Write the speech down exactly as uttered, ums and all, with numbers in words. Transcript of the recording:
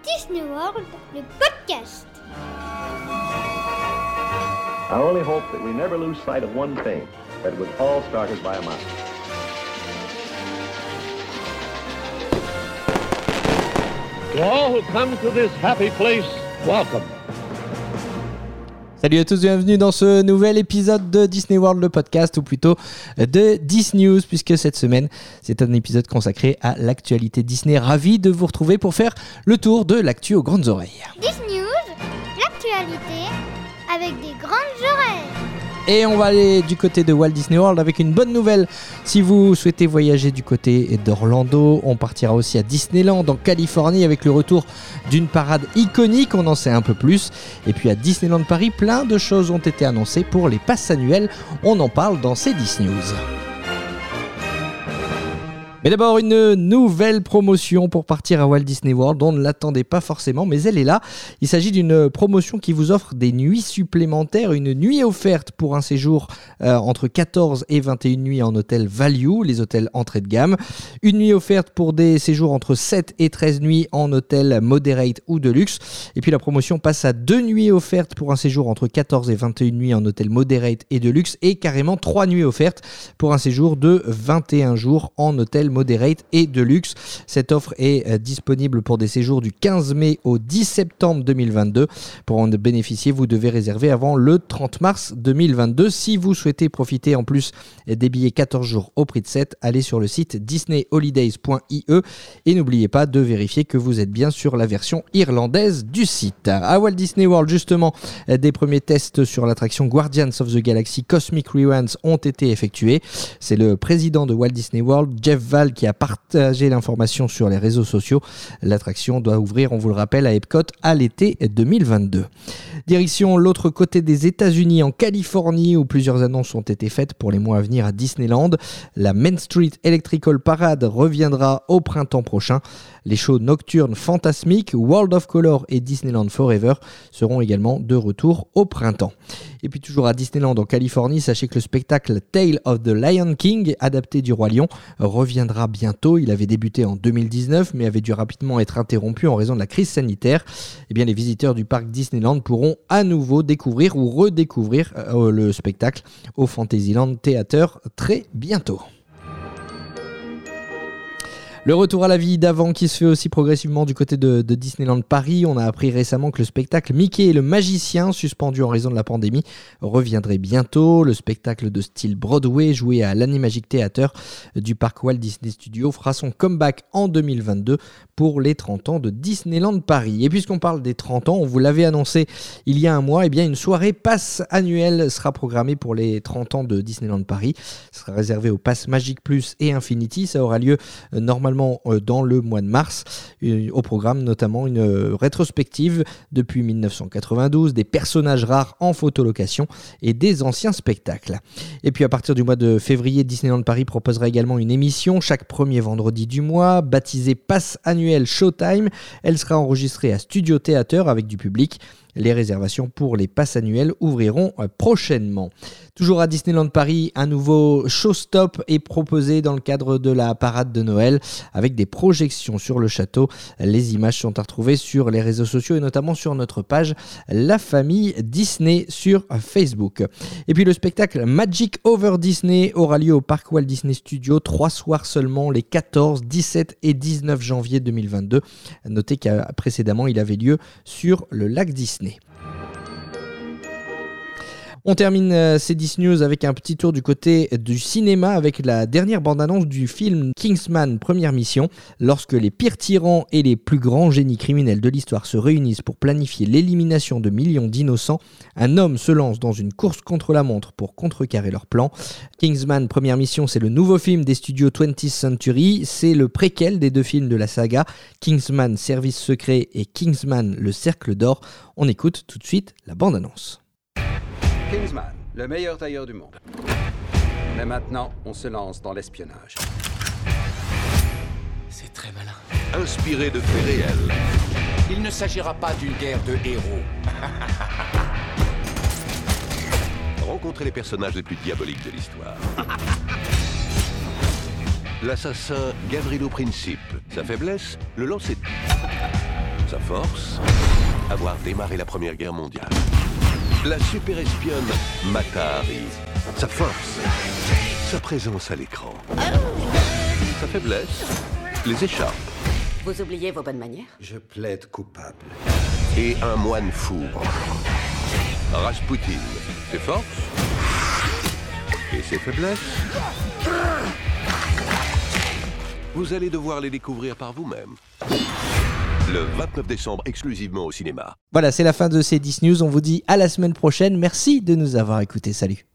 Disney World, le podcast. I only hope that we never lose sight of one thing, that it was all started by a mouse. To all who come to this happy place, welcome. Salut à tous, bienvenue dans ce nouvel épisode de Disney World, le podcast, ou plutôt de Disney News, puisque cette semaine, c'est un épisode consacré à l'actualité Disney. Ravi de vous retrouver pour faire le tour de l'actu aux grandes oreilles. Disney News, l'actualité avec des grandes oreilles. Et on va aller du côté de Walt Disney World avec une bonne nouvelle. Si vous souhaitez voyager du côté d'Orlando, on partira aussi à Disneyland en Californie avec le retour d'une parade iconique, on en sait un peu plus. Et puis à Disneyland Paris, plein de choses ont été annoncées pour les passes annuelles. On en parle dans ces Disney News. Mais d'abord, une nouvelle promotion pour partir à Walt Disney World. On ne l'attendait pas forcément, mais elle est là. Il s'agit d'une promotion qui vous offre des nuits supplémentaires, une nuit offerte pour un séjour euh, entre quatorze et vingt et une nuits en hôtel Value, les hôtels entrée de gamme. Une nuit offerte pour des séjours entre sept et treize nuits en hôtel Moderate ou Deluxe. Et puis la promotion passe à deux nuits offertes pour un séjour entre quatorze et vingt et une nuits en hôtel Moderate et Deluxe, et carrément trois nuits offertes pour un séjour de vingt et un jours en hôtel Moderate et Deluxe. Cette offre est euh, disponible pour des séjours du quinze mai au dix septembre deux mille vingt-deux. Pour en bénéficier, vous devez réserver avant le trente mars deux mille vingt-deux. Si vous souhaitez profiter en plus des billets quatorze jours au prix de sept, allez sur le site disney holidays point i e et n'oubliez pas de vérifier que vous êtes bien sur la version irlandaise du site. À Walt Disney World, justement, des premiers tests sur l'attraction Guardians of the Galaxy Cosmic Reruns ont été effectués. C'est le président de Walt Disney World, Jeff Val, qui a partagé l'information sur les réseaux sociaux. L'attraction doit ouvrir, on vous le rappelle, à Epcot à l'été deux mille vingt-deux. Direction l'autre côté des États-Unis, en Californie, où plusieurs annonces ont été faites pour les mois à venir à Disneyland. La Main Street Electrical Parade reviendra au printemps prochain. Les shows nocturnes fantasmiques, World of Color et Disneyland Forever seront également de retour au printemps. Et puis toujours à Disneyland en Californie, sachez que le spectacle Tale of the Lion King, adapté du Roi Lion, reviendra bientôt. Il avait débuté en deux mille dix-neuf, mais avait dû rapidement être interrompu en raison de la crise sanitaire. Eh bien, les visiteurs du parc Disneyland pourront à nouveau découvrir ou redécouvrir euh, le spectacle au Fantasyland Theater très bientôt. Le retour à la vie d'avant qui se fait aussi progressivement du côté de, de Disneyland Paris. On a appris récemment que le spectacle Mickey et le magicien, suspendu en raison de la pandémie, reviendrait bientôt. Le spectacle de style Broadway, joué à l'Animagic Theater du parc Walt Disney Studios, fera son comeback en deux mille vingt-deux pour les trente ans de Disneyland Paris. Et puisqu'on parle des trente ans, on vous l'avait annoncé il y a un mois, eh bien une soirée pass annuelle sera programmée pour les trente ans de Disneyland Paris. Ce sera réservé au Pass Magic Plus et Infinity. Ça aura lieu euh, normalement dans le mois de mars. Au programme notamment une rétrospective depuis dix-neuf cent quatre-vingt-douze, des personnages rares en photolocation et des anciens spectacles. Et puis à partir du mois de février, Disneyland Paris proposera également une émission chaque premier vendredi du mois, baptisée Pass Annuel Showtime. Elle sera enregistrée à Studio Theater avec du public. Les réservations pour les passes annuelles ouvriront prochainement. Toujours à Disneyland Paris, un nouveau showstop est proposé dans le cadre de la parade de Noël avec des projections sur le château. Les images sont à retrouver sur les réseaux sociaux et notamment sur notre page La Famille Disney sur Facebook. Et puis le spectacle Magic Over Disney aura lieu au parc Walt Disney Studios, trois soirs seulement, les quatorze, dix-sept et dix-neuf janvier deux mille vingt-deux. Notez que précédemment il avait lieu sur le lac Disney. On termine euh, ces Disney News avec un petit tour du côté du cinéma avec la dernière bande-annonce du film Kingsman Première Mission. Lorsque les pires tyrans et les plus grands génies criminels de l'histoire se réunissent pour planifier l'élimination de millions d'innocents, un homme se lance dans une course contre la montre pour contrecarrer leur plan. Kingsman Première Mission, c'est le nouveau film des studios twentieth Century. C'est le préquel des deux films de la saga, Kingsman Service Secret et Kingsman Le Cercle d'Or. On écoute tout de suite la bande-annonce. Kingsman, le meilleur tailleur du monde. Mais maintenant, on se lance dans l'espionnage. C'est très malin. Inspiré de faits réels. Il ne s'agira pas d'une guerre de héros. Rencontrez les personnages les plus diaboliques de l'histoire. L'assassin Gavrilo Princip. Sa faiblesse, le lancer de... Sa force, avoir démarré la Première Guerre mondiale. La super espionne Mata Hari. Sa force, sa présence à l'écran. Sa faiblesse, les écharpes. Vous oubliez vos bonnes manières? Je plaide coupable. Et un moine fou. Rasputin. Ses forces et ses faiblesses. Vous allez devoir les découvrir par vous-même. Le vingt-neuf décembre, exclusivement au cinéma. Voilà, c'est la fin de ces dix news. On vous dit à la semaine prochaine. Merci de nous avoir écoutés. Salut.